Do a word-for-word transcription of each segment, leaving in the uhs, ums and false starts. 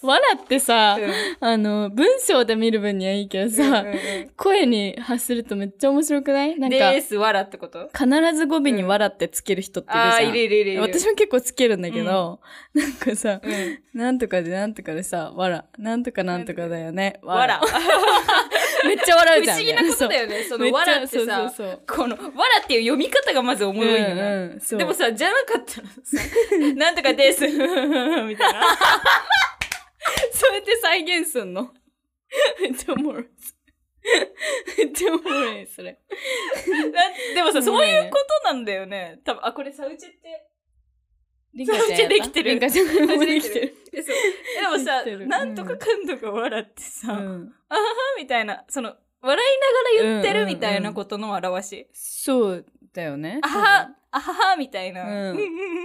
笑ってさ、 うん、 あの、文章で見る分にはいいけどさ、 うんうんうん、 声に発するとめっちゃ面白くない？なんか、 です、笑ってこと？ 必ず語尾に笑ってつける人っているじゃん。 あー、いるいるいるいる。 私も結構つけるんだけど、うん、なんかさ、 うん、 なんとかでなんとかでさ、笑。なんとかなんとかだよね。 笑。 めっちゃ笑うじゃん。 不思議なことだよね。その笑ってさ、そうそうそう、この、笑っていう読み方がまずおもろいよね。うんうん、でもさ、じゃなかったらさ、なんとかです、みたいな。 そうやって再現すんの？めっちゃおもろい。めっちゃおもろい、それ。 でもさ、そういうことなんだよね。多分、あ、これさ、うちって、 リカちゃんやった？ できてる。 リカちゃんもできてる。 でもさ、なんとかかんとか笑ってさ、うん、あははみたいな、その、笑いながら言ってるみたいなことの表し。 うんうんうん、そうだよね。 あはは、あははみたいな。うん、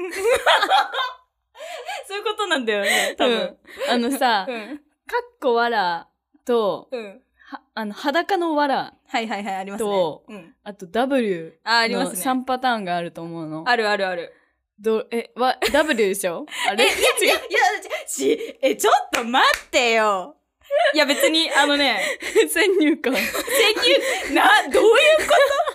そういうことなんだよね、多分。うん、 あのさ、うん、かっこわらと、うん、はあの、裸のわら。 はいはいはい、ありますね。 と、うん、あと W のさんパターンがあると思うの。 あるあるある。 ど、え、わ、W でしょ？あれ？ いや、いや、いや、し、え、ちょっと待ってよ。いや、別に、あのね、 先入観。 先入、な、どういうこと？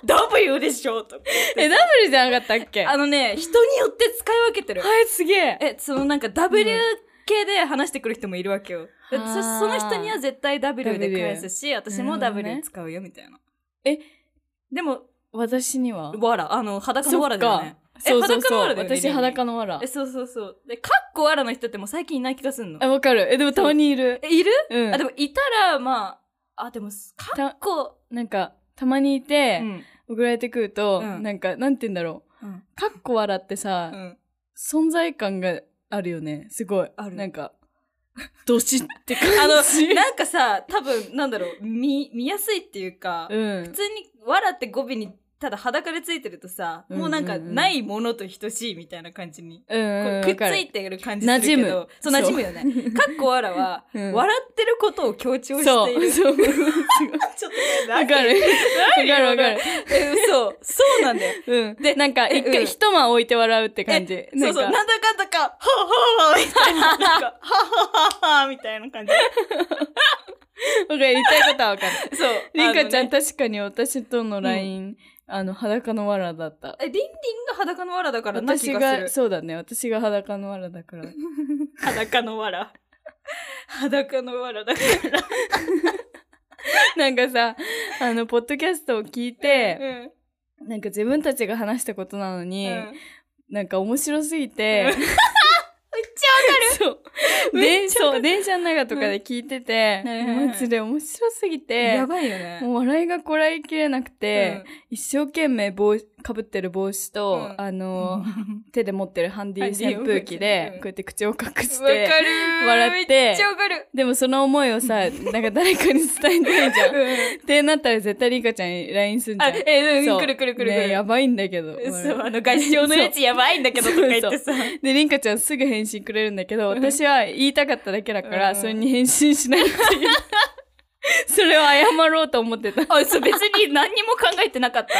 W でしょとか。 え、W じゃなかったっけ？ あのね、人によって使い分けてる。 はい、すげえ。 え、そのなんか W 系で話してくる人もいるわけよ。うん、そ, その人には絶対 W で返すし、私も W 使うよ、みたいな。 え、 でも、 私にはわら、あの、裸のわらだよね。 そうそうそう。 え、裸のわらだよね。 私裸のわら。 え、そうそうそう。で、かっこわらの人ってもう最近いない気がすんの。 あ、わかる。え、でもたまにいる。 え、いる？ うん。 あ、でもいたら、まあ、あ、でも、かっこ、 なんか、たまにいて、うん、送られてくると、うん、なんか、なんて言うんだろう。うん、かっこわらってさ、うん、存在感があるよね。すごい。ある。なんか、どしって感じ。 あの、なんかさ、多分、なんだろう、見、見やすいっていうか、うん、普通に、わらって語尾に、ただ裸でついてるとさ、うんうんうん、もうなんかないものと等しいみたいな感じに、うんうん、くっついてる感じするけど、馴染む。そう、馴染むよね。かっこわらは、うん、笑ってることを強調している。そう、そう。ちょっとね、 わかる。わかるわかる。 え、そう、そうなんだよ。 うん。で、なんか一回、一間置いて笑うって感じ。 そうそう、なんだかんだか、はぁはぁみたいな、なんか、はぁはぁはぁみたいな感じ。 わかる、言いたいことはわかる。 そう。 リンカちゃん、ね、確かに私との ライン、うんあの、裸のわらだった。 え、リンリンが裸のわらだからな気がする。 私が、そうだね。私が裸のわらだから。 裸のわら。裸のわらだから。 なんかさ、あの、ポッドキャストを聞いて、うん、なんか自分たちが話したことなのに、うん、なんか面白すぎて、 めっちゃわかる。 そう。電車、電車の中とかで聞いてて、うん、マジで面白すぎて、 やばいよね。 もう笑いがこらえきれなくて、うん、一生懸命帽子、被ってる帽子と、うん、あの、手で持ってるハンディ扇風機で、こうやって口を隠して、笑って、 めっちゃわかる。 でもその思いをさ、なんか誰かに伝えたいじゃん。うん、ってなったら絶対リカちゃんに ライン すんじゃん。あ、 え、うん、くるくるくるくる。 ね、やばいんだけど。 そう、あの、合唱のやつやばいんだけどとか言ってさ。 で、リンカちゃんすぐ返信くれるんだけど、私は言いたかっただけだから、うん、それに返信しないっていう。それを謝ろうと思ってた。 あ、そう、別に何にも考えてなかった。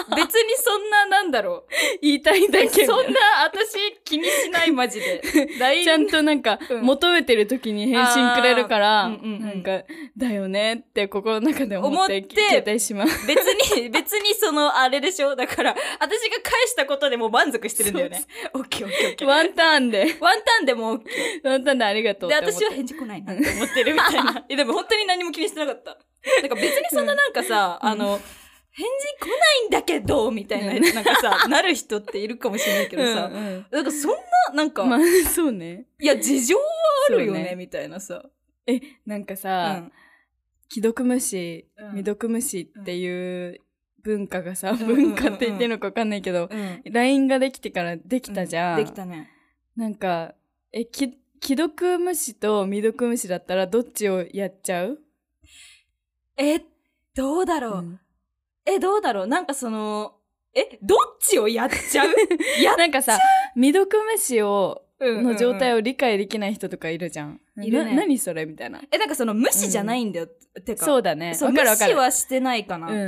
別にそんな、なんだろう。 言いたいだけ。 そんな、私気にしない、マジで。 ちゃんとなんか、うん、求めてる時に返信くれるから、うんうんうん、なんか、だよねって心の中で思って、思って携帯します。 別に、別にその、あれでしょだから、私が返したことでもう満足してるんだよね。オッケーオッケーオッケー。 ワンターンで。 ワンターンでもオッケー。ワンターンでありがとうって思って。で、私は返事来ないなって思ってるみたいな。え、でも本当に何も気にしてなかった。なんか別にそんななんかさ、うん、あの、返事来ないんだけど、みたいな、うん、なんかさ、なる人っているかもしれないけどさ、うんうん、なんかそんな、なんか、 まあ、そうね。 いや、事情はあるよね、ねみたいなさ。 え、なんかさ、うん、既読無視、うん、未読無視っていう文化がさ、うん、文化って言ってるのかわかんないけど、うん、ライン ができてからできたじゃん。 うん、できたね。 なんか、え、き、既読無視と未読無視だったらどっちをやっちゃう？ え、どうだろう、うん、え、どうだろうなんかその、え、どっちをやっちゃうやっちゃうなんかさ、未読無視を、の状態を理解できない人とかいるじゃん。いるね。な、何それみたいな。 え、なんかその無視じゃないんだよ。うん、てか。 そうだね。 そう、無視はしてないかな。うん。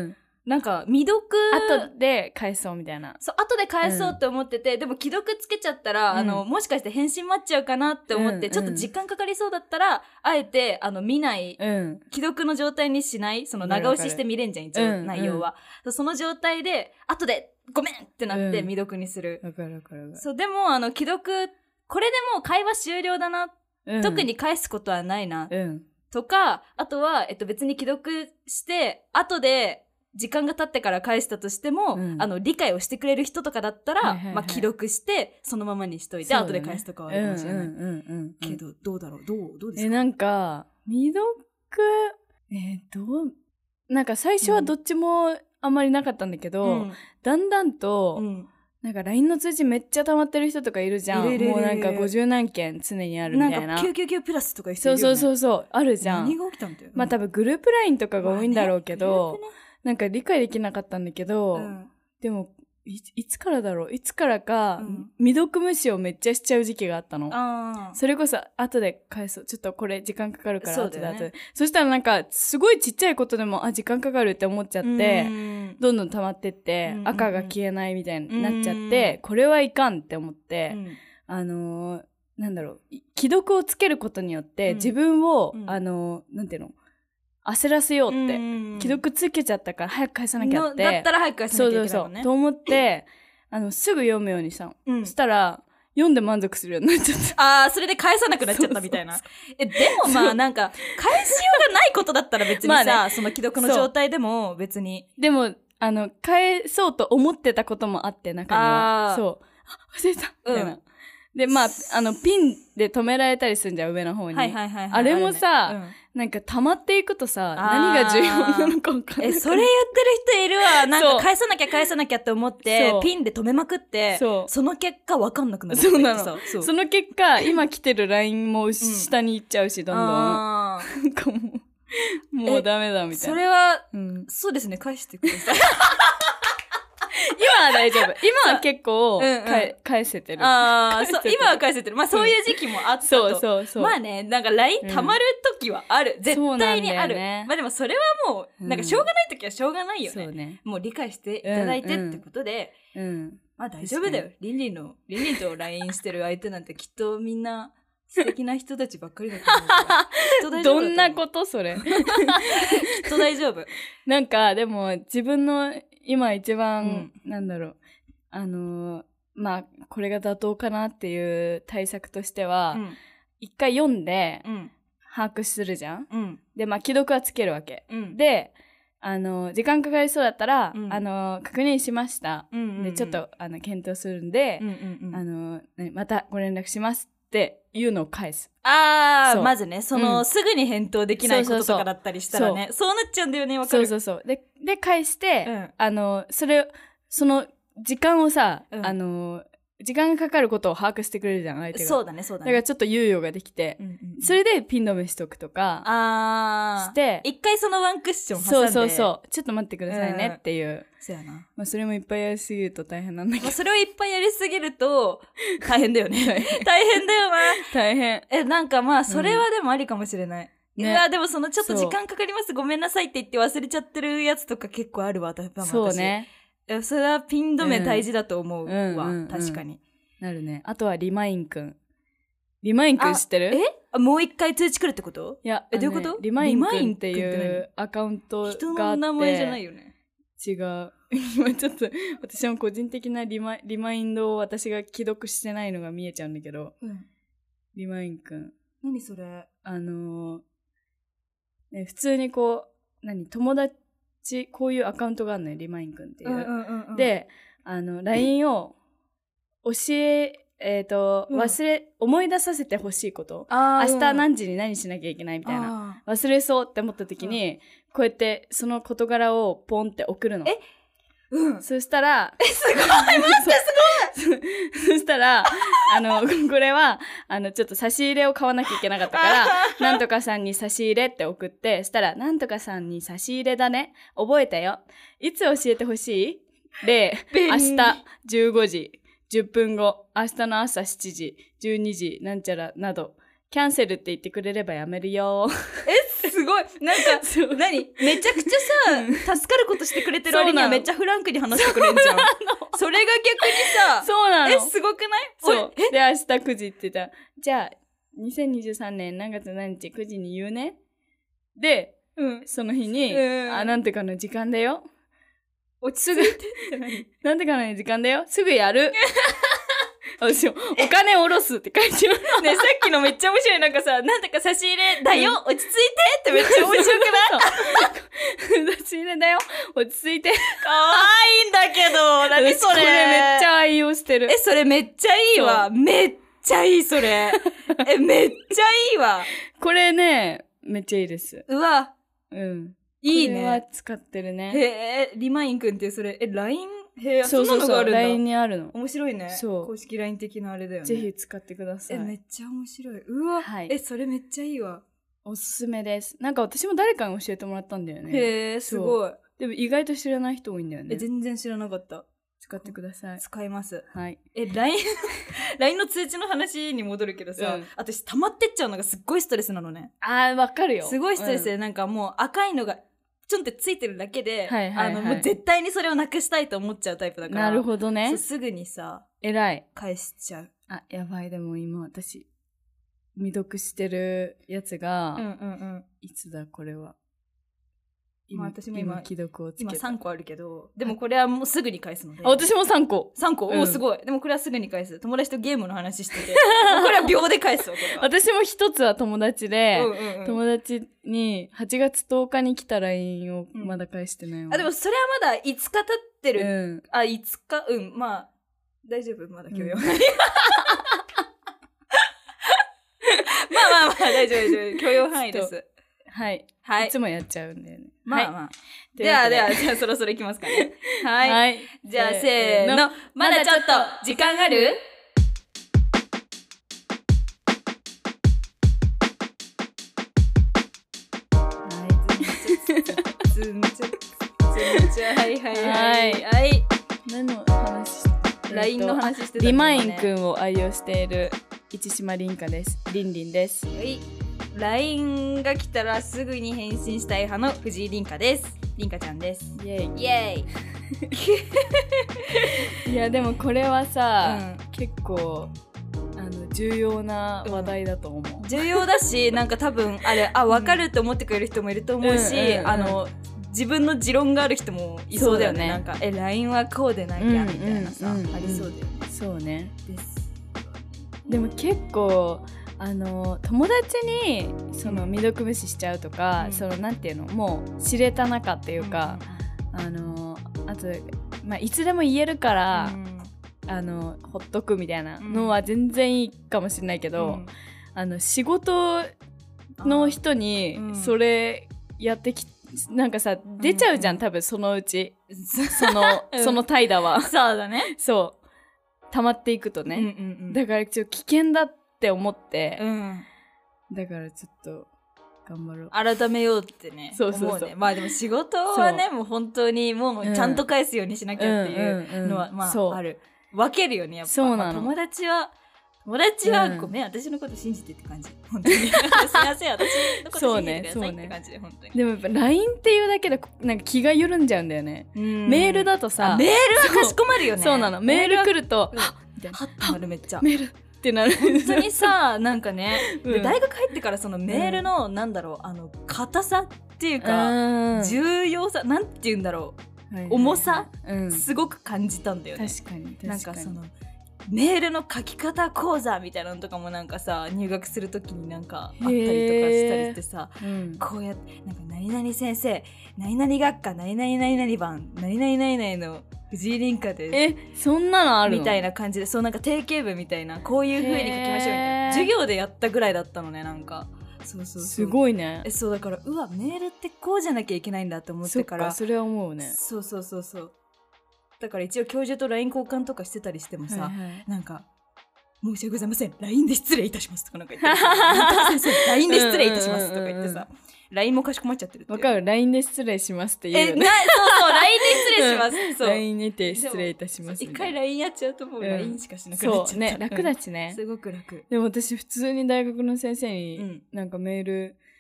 なんか未読後で返そうみたいな。 そう後で返そうって思ってて、うん、でも既読つけちゃったら、うん、あのもしかして返信待っちゃうかなって思って、うんうん、ちょっと時間かかりそうだったらあえてあの見ない、うん、既読の状態にしない、その長押しして見れんじゃん一応、うん、内容は、うん、その状態で後でごめんってなって未読にする。 わ、うん、かるわかる。 そうでもあの既読これでもう会話終了だな、うん、特に返すことはないな、うん、とかあとはえっと別に既読して後で時間が経ってから返したとしても、うん、あの理解をしてくれる人とかだったら、はいはいはい、まあ、既読してそのままにしといて、ね、後で返すとかはあるかもしれない、うんうんうんうん、けどどうだろうどうどうですか。 えなんか未読えー、どうなんか最初はどっちもあんまりなかったんだけど、うん、だんだんと、うん、なんか ライン の通知めっちゃ溜まってる人とかいるじゃん。もうなんかごじゅうなんけん常にあるみたいな。 なんかきゅうきゅうきゅうプラスとか人いるよね。 そうそうそうそうあるじゃん。 何が起きたんだよ。 まあ多分グループ ライン とかが多いんだろうけど、まあねなんか理解できなかったんだけど、うん、でも い, いつからだろういつからか、うん、未読無視をめっちゃしちゃう時期があったの。あそれこそ後で返そうちょっとこれ時間かかるから後で後で そ, そしたらなんかすごいちっちゃいことでもあ時間かかるって思っちゃって、うんどんどん溜まってって、うん、赤が消えないみたいになっちゃって、うん、これはいかんって思って、うん、あのー、なんだろう既読をつけることによって、うん、自分を、うん、あのー、なんていうの焦らせようって、うん、既読つけちゃったから早く返さなきゃってだったら早く返さなきゃいけないもんね。 そうそうそうと思ってあのすぐ読むようにしたの、うん、そしたら読んで満足するようになっちゃった。 ああそれで返さなくなっちゃったみたいな。そうそうそうえでもまあなんか返しようがないことだったら別にさ、まあね、その既読の状態でも別にでもあの返そうと思ってたこともあって中にはそうあ忘れたみたいな、うんで、まあ、あの、ピンで止められたりするんじゃん、上の方に。はいはいはい、はい。あれもさ、ねうん、なんか溜まっていくとさ、何が重要なのか分かんない。 え、それ言ってる人いるわ。なんか返さなきゃ返さなきゃって思って、ピンで止めまくって、そ, その結果分かんなくなる。 そうなの。そう。その結果、今来てる ライン も下に行っちゃうし、どんどん。なんかもう、もうダメだみたいな。 それは、うん、そうですね、返してください。 今は大丈夫。今は結構、うんうん、返せてる。 ああ、そう、今は返せてる。まあそういう時期もあったと。そうそうそう。まあね、なんか ライン 溜まる時はある。うん、絶対にある。ね、まあでもそれはもう、なんかしょうがない時はしょうがないよね。うん、そうね。もう理解していただいてってことで、うん、うん、まあ大丈夫だよ。リンリンの、リンリンと ライン してる相手なんてきっとみんな、素敵な人たちばっかりだと思うから。きっと大丈夫だと思う。 どんなことそれ。きっと大丈夫。 なんか、でも自分の今一番、うん、なんだろう、あのー、まあ、これが妥当かなっていう対策としては、うん、一回読んで、うん、把握するじゃん、うん、で、まあ、既読はつけるわけ。うん、で、あのー、時間かかりそうだったら、うん、あのー、確認しました。うんうんうん、で、ちょっと、あの、検討するんで、うんうんうん、あのー、またご連絡します。っていうのを返す。 あー、まずね、その、うん、すぐに返答できないこととかだったりしたらね、そうそうそう、そうなっちゃうんだよね、わかる。 そうそうそう。で、で、返して、うん、あの、それ、その、時間をさ、うん、あの、時間がかかることを把握してくれるじゃん、相手が。 そうだね、そうだね。 だからちょっと猶予ができて、うんうんうん、それでピン止めしとくとか、あして、 一回そのワンクッション挟んで。 そうそうそう。ちょっと待ってくださいねっていう。 うん、そうやな。 まあそれもいっぱいやりすぎると大変なんだけど。まあそれをいっぱいやりすぎると、大変だよね。大変だよな。 大変。 え、なんかまあそれはでもありかもしれない。うん、ね、いや、でもそのちょっと時間かかります、ごめんなさいって言って忘れちゃってるやつとか結構あるわ、多分私。 そうね。 それはピン止め大事だと思うわ、うんうんうんうん、確かに。 なるね。あとはリマインくん。リマインくん知ってる？ え？もう一回通知来るってこと？ いや、 え、どういうこと？ リマインくんっていうアカウントがあって。 人の名前じゃないよね。 違う。今ちょっと、私も個人的なリマ、リマインドを私が既読してないのが見えちゃうんだけど。うん、リマインくん。 何それ？ あのー、ね、普通にこう、何、友達、こういうアカウントがあるのよ、リマインくんっていう。うんうんうんうん、で、あの、ライン を教え、えっ、ー、と、うん、忘れ、思い出させてほしいこと。明日何時に何しなきゃいけないみたいな。忘れそうって思った時に、うん、こうやってその事柄をポンって送るの。 えうん。 そしたら、 え、すごい待ってすごいそしたら、あの、これは、あの、ちょっと差し入れを買わなきゃいけなかったから、なんとかさんに差し入れって送って、したら、なんとかさんに差し入れだね。覚えたよ。いつ教えてほしい？で、明日じゅうごじ。じゅっぷんご、明日の朝しちじ、じゅうにじ、なんちゃらなど、キャンセルって言ってくれればやめるよ。 え、すごいすごいなんか何めちゃくちゃさ助かることしてくれてる割にはめっちゃフランクに話してくれんじゃん。それが逆にさそうなのえすごくない？ そうで明日くじって言ったらじゃあにせんにじゅうさんねん何月何日くじに言うねで、うん、その日に、うん、あなんてかの時間だよ落ち着いてなんてかの時間だよすぐやる私お金下ろすって書いてるねさっきのめっちゃ面白いなんかさなんとか差し入れだよ、うん、落ち着いてってめっちゃ面白くない差し入れだよ落ち着いてかわいいんだけど何それこれめっちゃ愛用してるえそれめっちゃいいわめっちゃいいそれえめっちゃいいわこれねめっちゃいいですうわうんいいねこれは使ってるねへえリマインくんってそれえ ラインへえ、 そうそうそう、ライン にあるの。 面白いね。 そう。 公式 ライン 的なあれだよね。 ぜひ使ってください。 え、めっちゃ面白い。うわ、はい、え、それめっちゃいいわ。 おすすめです。なんか私も誰かに教えてもらったんだよね。 へえ、すごい。 でも意外と知らない人多いんだよね。 え、全然知らなかった。 使ってください。 使います。 はい。 え、ライン、ライン の通知の話に戻るけどさ、うん、私溜まってっちゃうのがすっごいストレスなのね。 あー、わかるよ。 すごいストレスで、うん、なんかもう赤いのが、ちょんってついてるだけで、はいはいはい、あの、もう絶対にそれをなくしたいと思っちゃうタイプだから。 なるほどね。 すぐにさ、 偉い。 返しちゃう。 あ、やばい。でも今私、未読してるやつが、 うんうんうん。 いつだこれは。 今、まあ、私も今、 今既読をつけた。 今さんこあるけど、でもこれはもうすぐに返すので。 あ、私もさんこ。 さんこ、うん、おーすごい。でもこれはすぐに返す。友達とゲームの話してて。これは秒で返すわ、これは。 私も一つは友達で、 うんうんうん、 友達にはちがつとおかに来た ライン をまだ返してないわ、うん。 あ、でもそれはまだいつか経ってる。 うん、 あ、いつか、うん、まあ、大丈夫まだ許容範囲。うん、まあまあまあ、大丈夫大丈夫。許容範囲です。 はい。はい。いつもやっちゃうんだよね。 まあまあ。はい、ではでは、じゃあそろそろ行きますかね。はい。はい。じゃあせーの。のまだちょっと時間ある？ずんちゃ、ずんちゃ、はいはいはい。はい。 何の話してライン の話してた、ね。 リマインくんを愛用している市島凛香です。りんりんです。 はい。ライン が来たらすぐに返信したい派の藤井凛香です。凛香ちゃんです。 イェイ。 イェイ。いやでもこれはさ、うん、結構あの重要な話題だと思う。 うん、重要だし、なんか多分あれあ分かるって思ってくれる人もいると思うし、うんうんうん、あの自分の持論がある人もいそうだよね。ねなんかえ ライン はこうでなきゃみたいなさ、うんうんうん、ありそうだよね。 そうね。 です。 でも結構。あの友達にその未読無視しちゃうとか、うん、そのなんていうのもう知れた仲っていうか、うん、あのあと、まあ、いつでも言えるから、うん、あのほっとくみたいなのは全然いいかもしれないけど、うん、あの仕事の人にそれやってきなんかさ出ちゃうじゃん、うん、多分そのうちその、うん、その怠惰はそうだねそう溜まっていくとね、 うんうんうん、 だからちょっと危険だって思って、 うん、 だからちょっと頑張ろう改めようってねそうそうそう思うね。まあでも仕事はねもう本当にもうちゃんと返すようにしなきゃっていうのは、うんうんうん、まあある分けるよねやっぱ。 そうなの、 まあ、友達は友達はごめん、うん、私のこと信じてって感じ本当にすいません私のこと信じてくださいって感じで、ね、本当に。 でもやっぱ ライン っていうだけでなんか気が緩んじゃうんだよね。メールだとさメールはかしこまるよね。 そうなのメール来るとはっってなるめっちゃメールってなる本当にさなんかね、うん、で大学入ってからそのメールの、うん、なんだろうあの硬さっていうか重要さなんて言うんだろう、はいはいはい、重さ、うん、すごく感じたんだよね。 確かに確かに。 なんかそのメールの書き方講座みたいなのとかもなんかさ入学するときになんかあったりとかしたりしてさ、うん、こうやってなんか何々先生何々学科何々何々番何々何々の藤井凛香ですえそんなのあるのみたいな感じでそうなんか定型文みたいなこういう風に書きましょうみたいな授業でやったぐらいだったのね。なんかそうそうそうすごいね。 えそうだからうわメールってこうじゃなきゃいけないんだって思ってからそっかそれは思うね。 そうそうそうそうだから一応教授と ライン 交換とかしてたりしてもさ、はいはい、なんか申し訳ございません ライン で失礼いたしますとかなんか言って先生 ライン で失礼いたしますとか言ってさライン もかしこまっちゃってるってわかる ライン で失礼しますって言うよね。 えなそうそう ライン で失礼します、 そう ライン にて失礼いたします一回 ライン やっちゃうともう ライン しかしなくなっちゃった、 そうね楽だしね、 うん、すごく楽。 でも私普通に大学の先生になんかメール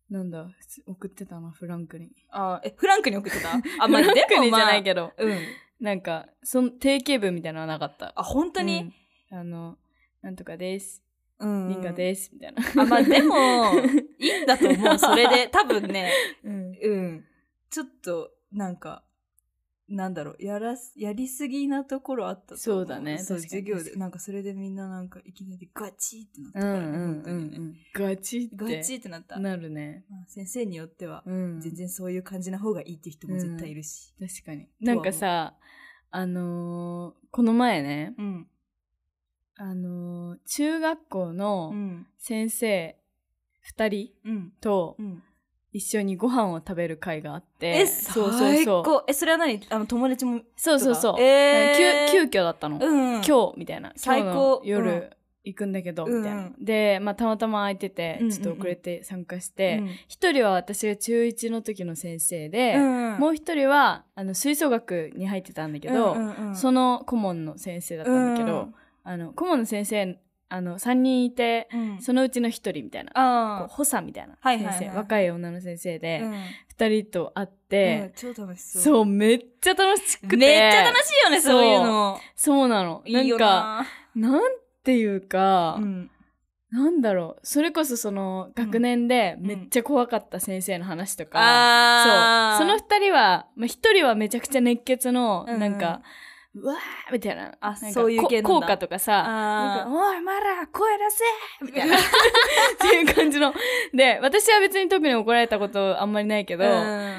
なんだ、送ってたな、フランクに。 あ、え、フランクに送ってたあ、 まあ、フランクにじゃないけど。 うん。 なんか、その定型文みたいなのはなかった。 あ、本当に、 うん、あの、なんとかです。うん。リンガです、みたいな。 あ、まあでも、いいんだと思う、それで。多分ね、 うん。 うん。ちょっと、なんか、なんだろう、やらす、やりすぎなところあったと思う。 そうだね。 そう、授業で、なんかそれでみんななんかいきなりガチってなったからね、 うんうんうんうん、ガチって。 ガチってなった。 なるね。 まあ、先生によっては、全然そういう感じな方がいいっていう人も絶対いるし。 うん、確かに。なんかさ、あのー、この前ね、 うん、 あのー、中学校の先生二人と、うんうん一緒にご飯を食べる会があって。 え、そうそうそう。え、それは何あの、友達も。 そうそうそう。 えー、 急、急遽だったの。うん、今日、みたいな。 最高。 夜、うん、行くんだけど、みたいな。で、まあ、たまたま空いてて、ちょっと遅れて参加して、一、うん、人は私が中一の時の先生で、うん、もう一人は、あの、吹奏楽に入ってたんだけど、うんうんうん、その顧問の先生だったんだけど、うん、あの、顧問の先生、あの、三人いて、うん、そのうちの一人みたいな。こう補佐みたいな先生、はいはいはい、若い女の先生で、二、うん、人と会って、 うん、超楽しそう。 そう、めっちゃ楽しくて。 めっちゃ楽しいよね、そういうの。 そうなの。なんか、なんていうか、うん、なんだろう。それこそその学年でめっちゃ怖かった先生の話とか、うん、そう。その二人は、まあ、一人はめちゃくちゃ熱血の、なんか、うんうわーみたいな。 あ、そういう系なんだ。 効果とかさ、なんかおい、マラ、声出せみたいな。っていう感じの。で、私は別に特に怒られたことあんまりないけど、うん、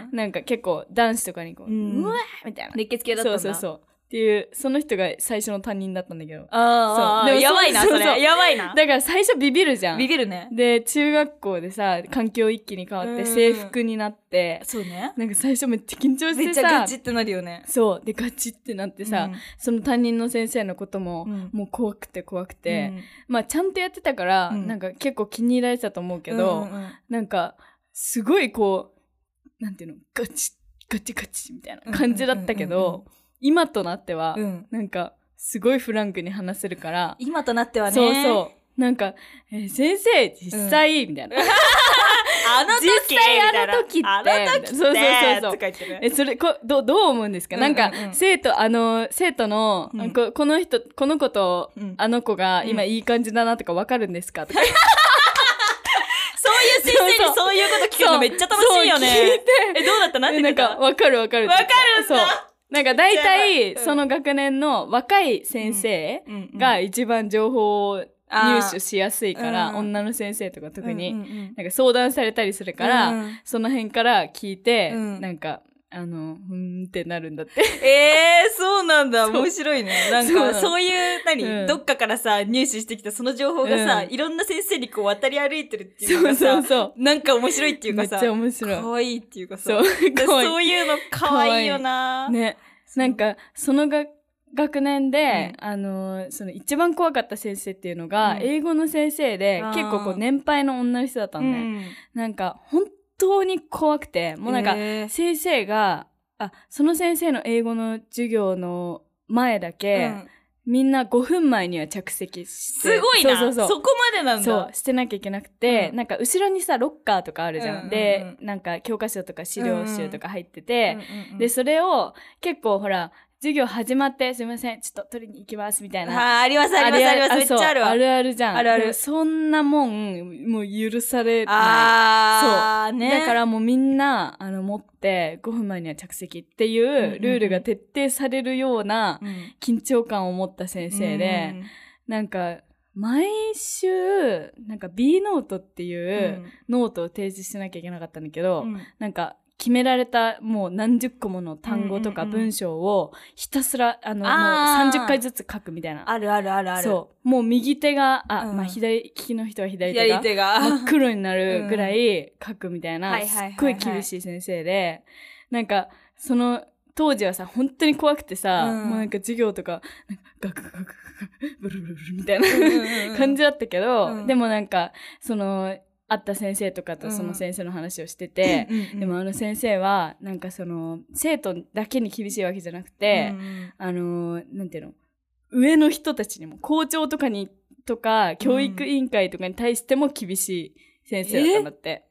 なんか結構男子とかにこう、うん、うわーみたいな。 熱血系だったんだ。 そうそうそう。っていう、その人が最初の担任だったんだけど。 ああ、そう。でもやばいな、それ。そうそうやばいな。 だから最初ビビるじゃん。 ビビるね。 で、中学校でさ、環境一気に変わって制服になって、 そうね。 なんか最初めっちゃ緊張してさ。 めっちゃガチってなるよね。 そう。で、ガチってなってさ、うん、その担任の先生のことも、うん、もう怖くて怖くて、うん、まあちゃんとやってたから、うん、なんか結構気に入られてたと思うけど、うんうんうん、なんか、すごいこう、なんていうの、ガチ、ガチガチみたいな感じだったけど、うんうんうんうん今となっては、うん、なんか、すごいフランクに話せるから。 今となってはね。 そうそう。なんか、えー、先生、実際、うん、みたいな。 あの時実際あの時って。 あの時って。 そうそうそうそう。 とか言ってね、 え、それ、こ、ど、どう思うんですか、うんうんうん、なんか、生徒、あの、生徒の、うん、こ, この人、この子と、うん、あの子が今いい感じだなとかわかるんですかとか。 そういう先生にそういうこと聞くのめっちゃ楽しいよね。聞いてえ、どうだったなんて言ったなんか、わかるわかる。 わかるんだ。そう。 なんか大体、その学年の若い先生が一番情報を入手しやすいから、うん、女の先生とか特に、なんか相談されたりするから、うん、その辺から聞いて、うん、なんか、あの、ふーんってなるんだって。 ええー、そうなんだ。面白いね。なんか、そう、そういう、何、うん、どっかからさ、入手してきたその情報がさ、うん、いろんな先生にこう渡り歩いてるっていうかさ、そうそうそう。なんか面白いっていうかさ、 めっちゃ面白い。 可愛いっていうかさ、そう、そういうの可愛いよな。 ね。なんか、そのが、学年で、うん、あの、その一番怖かった先生っていうのが、うん、英語の先生で、結構こう年配の女の人だったんだよ。うん、なんか、本当に怖くて、もうなんか、先生が、あ、その先生の英語の授業の前だけ、うん、みんなごふんまえには着席して。 すごいな。 そうそうそう。 そこまでなんだ。 そう、してなきゃいけなくて、うん、なんか後ろにさ、ロッカーとかあるじゃん。うんうんうん、で、なんか教科書とか資料集とか入ってて、うんうんうん、で、それを結構ほら、授業始まって、すいません、ちょっと取りに行きます、みたいな。 あ、あります、あります、あります。めっちゃあるわ。 あるあるじゃん。 あるある。 そんなもん、もう許されない。 あー、 そう。 ね。 だからもうみんな、あの、持ってごふんまえには着席っていうルールが徹底されるような緊張感を持った先生で、うん、なんか、毎週、なんか B ノートっていうノートを提示しなきゃいけなかったんだけど、うん、なんか、決められたもう何十個もの単語とか文章をひたすら、あの、もうさんじゅっかいずつ書くみたいな。 あるあるあるある。 そう。もう右手が、あ、うん、まあ左、利きの人は左手が。 左手が。 真っ黒になるぐらい書くみたいな、すっごい厳しい先生で、なんか、その、当時はさ、本当に怖くてさ、うん、もうなんか授業とか、ガクガクガクブルブルブルみたいな感じだったけど、うん、でもなんか、その、会った先生とかとその先生の話をしてて、うん、でもあの先生は、なんかその、生徒だけに厳しいわけじゃなくて、うん、あの、なんていうの、上の人たちにも、校長とかに、とか、教育委員会とかに対しても厳しい先生だったんだって。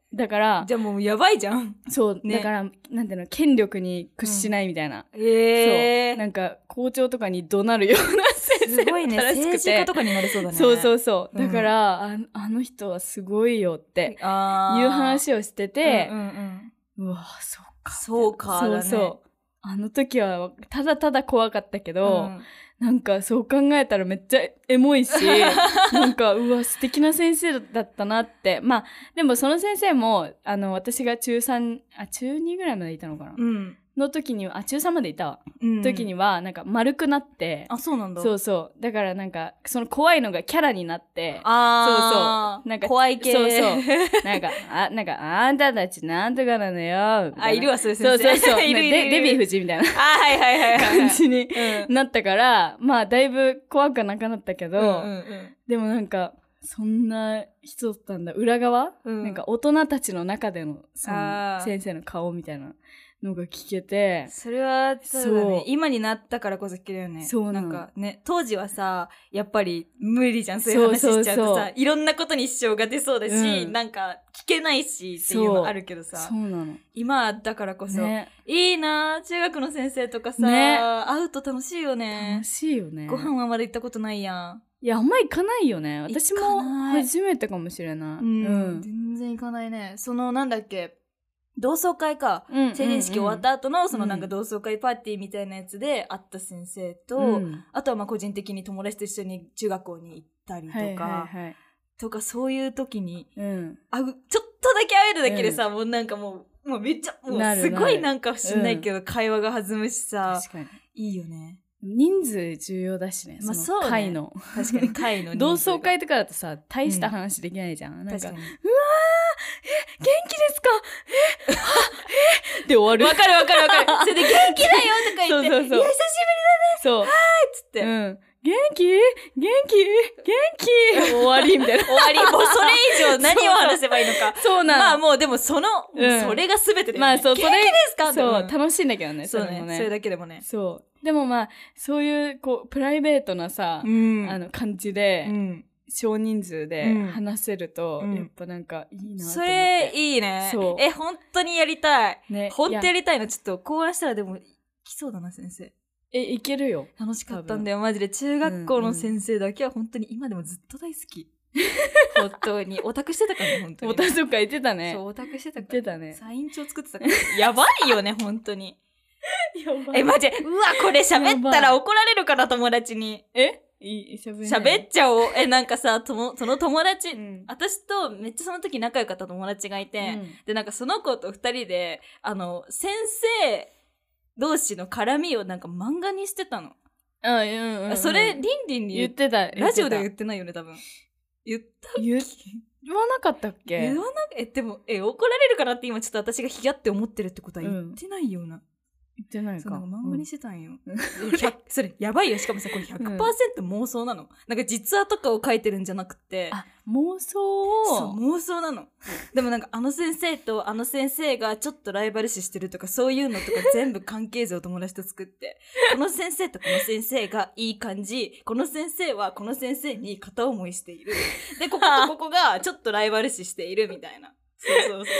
だから。 じゃあもうやばいじゃん。 そう。ね、だから、なんていうの、権力に屈しないみたいな。 うん、ええー。 そう。なんか、校長とかに怒鳴るような先生だったらしくて。 すごいね。政治家とかになりそうだね。 そうそうそう。だから、うん、あ、あの人はすごいよっていう話をしてて、うんうんうん、うわ、そうか。 そうか。 そうそう。ね、あの時は、ただただ怖かったけど、うんなんかそう考えたらめっちゃエモいし、なんかうわ素敵な先生だったなって。まあでもその先生もあの私が中さん、あ中にぐらいまでいたのかな。うん。の時には、あ、中さんまでいたわ。うん、時には、なんか丸くなって。 あ、そうなんだ。 そうそう。だからなんか、その怖いのがキャラになって。ああ。そうそう。なんか、 怖い系。 そうそう。なんか、あ、なんか、あんたたちなんとかなのよ。 あ、いるわ、そういう先生。 そうそうそう。 いるいるいるデヴィ夫人みたいな。 あ、はいはいはい、はい。 感じになったから、うん、まあ、だいぶ怖くなくなったけど、うんうんうん、でもなんか、そんな人だったんだ。裏側、うん、なんか大人たちの中での、その先生の顔みたいなのが聞けて。 それは、そうだね。今になったからこそ聞けるよね。そうなの。なんかね、当時はさ、やっぱり無理じゃん。そういう話しちゃうとさ、そうそうそういろんなことに支障が出そうだし、うん、なんか聞けないしっていうのあるけどさ。 そうなの。 今だからこそ、ね、いいな中学の先生とかさ、ね、会うと楽しいよね。 楽しいよね。 ご飯はまだ行ったことないやん。 いや、あんま行かないよね。私も初めてかもしれない。 うん。うん、全然行かないね。その、なんだっけ、同窓会か。うん、成人式終わった後の、そのなんか同窓会パーティーみたいなやつで会った先生と、うん、あとはまあ個人的に友達と一緒に中学校に行ったりとか、はいはいはい、とかそういう時に、うん、あちょっとだけ会えるだけでさ、うん、もうなんかもう、もうめっちゃ、もうすごいなんか知んないけど、会話が弾むしさ、確かにいいよね。 人数重要だしね。まあそうね。会の。 確かに会の人数。 同窓会とかだとさ、大した話できないじゃん。うん、なんか、確かに。うわーえ、元気ですかえはえで終わる。 わかるわかるわかる。それで元気だよとか言って。そうそうそう。いや、久しぶりだね。 そう。 はーいっつって。うん。 元気元気元気終わりみたいな。 終わり。もうそれ以上何を話せばいいのか。 そうなの。 まあもうでもその、うん、それが全てで、ね。 まあそう、それ。 元気ですかそう、楽しいんだけどね。 そうね。それだけでもね。 そう。でもまあ、そういう、こう、プライベートなさ、うん、あの、感じで、うん、少人数で話せると、うん、やっぱなんかいいなと思って。 それ、いいね。そう。え、本当にやりたい。ね。本当やりたいの。ちょっと考案したらでも、来そうだな、先生。 え、いけるよ。 楽しかったんだよ、マジで。中学校の先生だけは本当に今でもずっと大好き。本当に。オタクしてたからね、本当に。 オタクとか言ってたね。 そう、オタクしてたから。 言ってたね。 サイン帳作ってたから。やばいよね、本当に。 やばい。 え、マジで。うわ、これ喋ったら怒られるから、友達に。 えいい、喋喋っちゃおう。え、なんかさ、とも、その友達、うん、私とめっちゃその時仲良かった友達がいて、うん、で、なんかその子と二人で、あの、先生同士の絡みをなんか漫画にしてたの。 うんうんうん、うん。 それ、リンリンに言ってた。 ラジオでは言ってないよね、多分。言ったっけ言わなかったっけ言わなえ、でも、え、怒られるかなって今ちょっと私がヒヤって思ってるってことは言ってないような。うん言ってないか。 そう、なんか漫画にしてたんよ。うん、それ、やばいよ。しかもさ、これ ひゃくパーセント 妄想なの。なんか実話とかを書いてるんじゃなくて。 あ、妄想そう、妄想なの。でもなんかあの先生とあの先生がちょっとライバル視してるとか、そういうのとか全部関係図を友達と作って、この先生とこの先生がいい感じ、この先生はこの先生に片思いしている。で、こことここがちょっとライバル視しているみたいな。そうそうそう。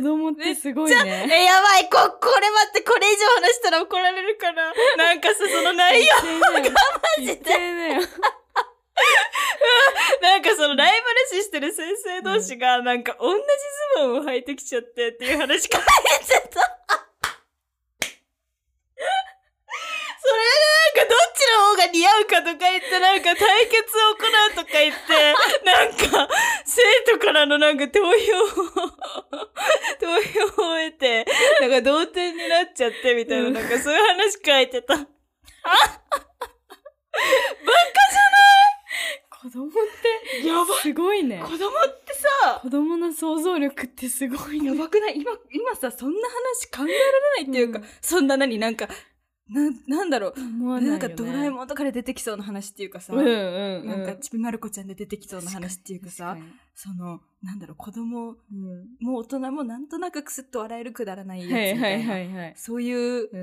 子供ってすごいね。 え、やばい、こ、これ待って、これ以上話したら怒られるから。なんかさ、その内容がマジで。なんかそのライバル視してる先生同士が、なんか同じズボンを履いてきちゃってっていう話書いてた。それでなんかどっちの方が似合うかとか言ってなんか対決を行うとか言って、なんか生徒からのなんか投票を、投票を得て、なんか同点になっちゃってみたいな、なんかそういう話書いてた。あバカじゃない子供ってやばいすごいね。 子供ってさ、 子供の想像力ってすごいね。 やばくない今、今さ、そんな話考えられないっていうか、うん、そんな何なんか、な、なんだろう、ね、なんかドラえもんとかで出てきそうな話っていうかさ、うんうんうん、なんかちびまる子ちゃんで出てきそうな話っていうかさ、その、なんだろう、子供、うん、もう大人もなんとなくクスッと笑えるくだらないやつみたいな、はいはいはいはい、そういう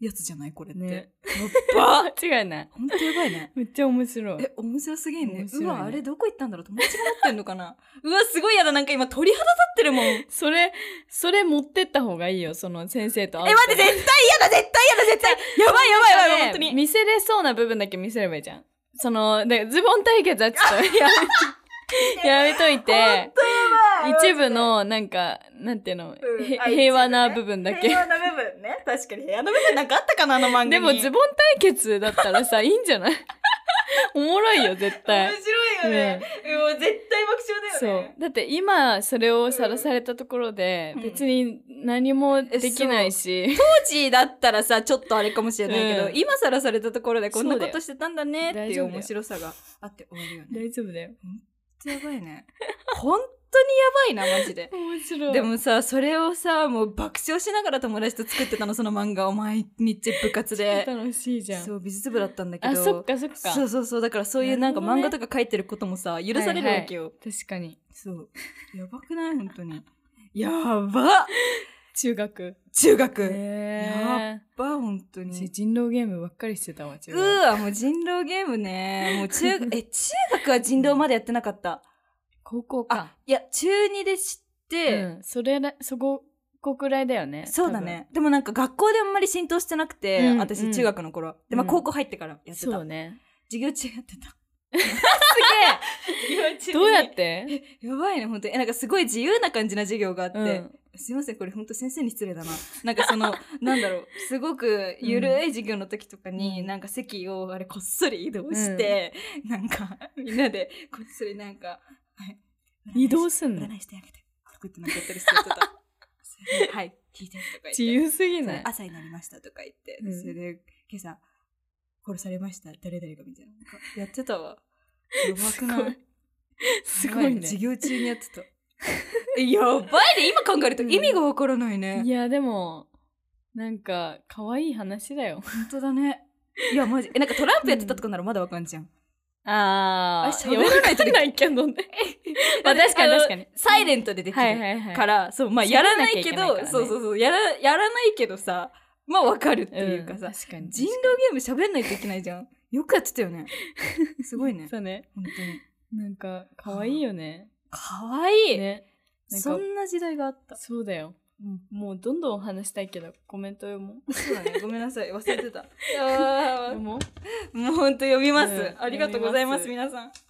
やつじゃないこれって。 ね、 やっば間違いない。 ほんとやばいね。 めっちゃ面白い。 え、面白すぎんね。 面白いね。 うわ、あれどこ行ったんだろう、友達が持ってんのかなうわ、すごいやだ。なんか今鳥肌立ってるもん。 それ、それ持ってった方がいいよ、その先生と会う。 え、待って、絶対嫌だ、絶対嫌だ、絶対やばいやばいやばい、ね、本当に。 見せれそうな部分だけ見せればいいじゃん。その、で、ズボン対決はちょっとやめ、やめといて、一部の、なんか、なんていうの、うん、平和な部分だけ。 平和な部分ね。確かに平和な部分なんかあったかな、あの漫画に。 でもズボン対決だったらさ、いいんじゃないおもろいよ、絶対。 面白いよね。うん、もう絶対爆笑だよね。 そう。だって今、それをさらされたところで、別に何もできないし、うん。 当時だったらさ、ちょっとあれかもしれないけど、うん、今さらされたところでこんなことしてたんだねっていう面白さがあって終わるよね。 大丈夫だよ。 ほんとやばいね。ほん本当にやばいなマジで。 面白い。 でもさ、それをさ、もう爆笑しながら友達と作ってたの、その漫画を毎日部活で。 楽しいじゃん。 そう、美術部だったんだけど。 あ、そっかそっか。 そうそうそう。だからそういうなんか漫画とか書いてることもさ、許されるわけよ。はいはい、確かに。 そう。やばくない本当に。やば中学。 中学。 へやっば、本当に。 人狼ゲームばっかりしてたわ、中学。 うわ、もう人狼ゲームね。もう中、え、中学は人狼までやってなかった。 高校か。 いや、中にで知って、 うん、それら、そこ、こくらいだよね。 そうだね。でもなんか学校であんまり浸透してなくて、うん、私中学の頃、うん、で、まあ高校入ってからやってた。 そうね。 授業中やってた。 すげえ授業中どうやってやばいね、本当に。え、なんかすごい自由な感じな授業があって、うん、すいません、これ本当先生に失礼だな。なんかその、なんだろう、すごくゆるい授業の時とかに、うん、なんか席をあれこっそり移動して、うん、なんかみんなでこっそりなんか、 移動すんの占いしてあげて。こうやってなんかやったりしてた。はい、聞いてとか言って。 自由すぎない？ 朝になりましたとか言って。うん、それで、今朝、殺されました。誰々がみたいな。なんかやってたわ。やばくない？ すごいね。 授業中にやってた。やばいね。今考えると意味がわからないね。 いや、でも、なんか、可愛い話だよ。 本当だね。いや、マジ。え、なんかトランプやってたとかならまだわかんじゃん。 ああ、 喋らないとできないけどね。まあ確かに確かに。 サイレントでできるから、そう、まあやらないけど、そうそうそう、やら、やらないけどさ、まあわかるっていうかさ、 確かに。 人狼ゲーム喋んないといけないじゃん。よくやってたよね。すごいね。 そうね。 本当に。 なんか、可愛いよね。 可愛いね。 そんな時代があった。 そうだよ。うん、もうどんどん話したいけどコメント読もう。 そうだね、ごめんなさい、忘れてた。 読もう。 もうほんと読みます、うん、ありがとうございます皆さん。